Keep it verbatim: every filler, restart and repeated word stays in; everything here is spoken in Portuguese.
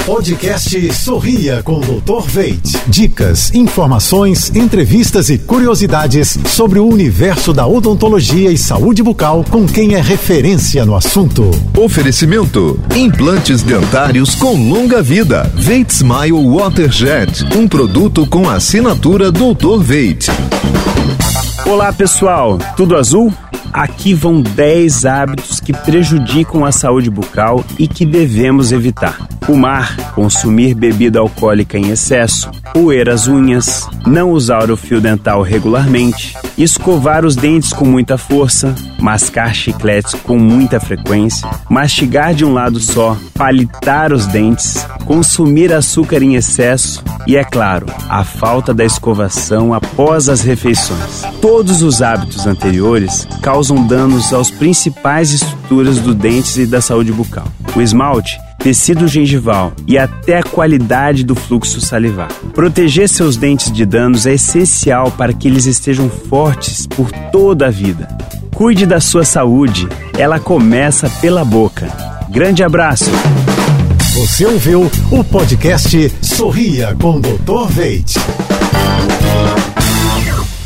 Podcast Sorria com o doutor Veit. Dicas, informações, entrevistas e curiosidades sobre o universo da odontologia e saúde bucal com quem é referência no assunto. Oferecimento: implantes dentários com longa vida. Veit Smile Waterjet, um produto com assinatura doutor Veit. Olá pessoal, tudo azul? Aqui vão dez hábitos que prejudicam a saúde bucal e que devemos evitar. Fumar, consumir bebida alcoólica em excesso, roer as unhas, não usar o fio dental regularmente, escovar os dentes com muita força, mascar chicletes com muita frequência, mastigar de um lado só, palitar os dentes, consumir açúcar em excesso e, é claro, a falta da escovação após as refeições. Todos os hábitos anteriores causam danos aos principais estruturas dos dentes e da saúde bucal. O esmalte, tecido gengival e até a qualidade do fluxo salivar. Proteger seus dentes de danos é essencial para que eles estejam fortes por toda a vida. Cuide da sua saúde, ela começa pela boca. Grande abraço! Você ouviu o podcast Sorria com o doutor Veit.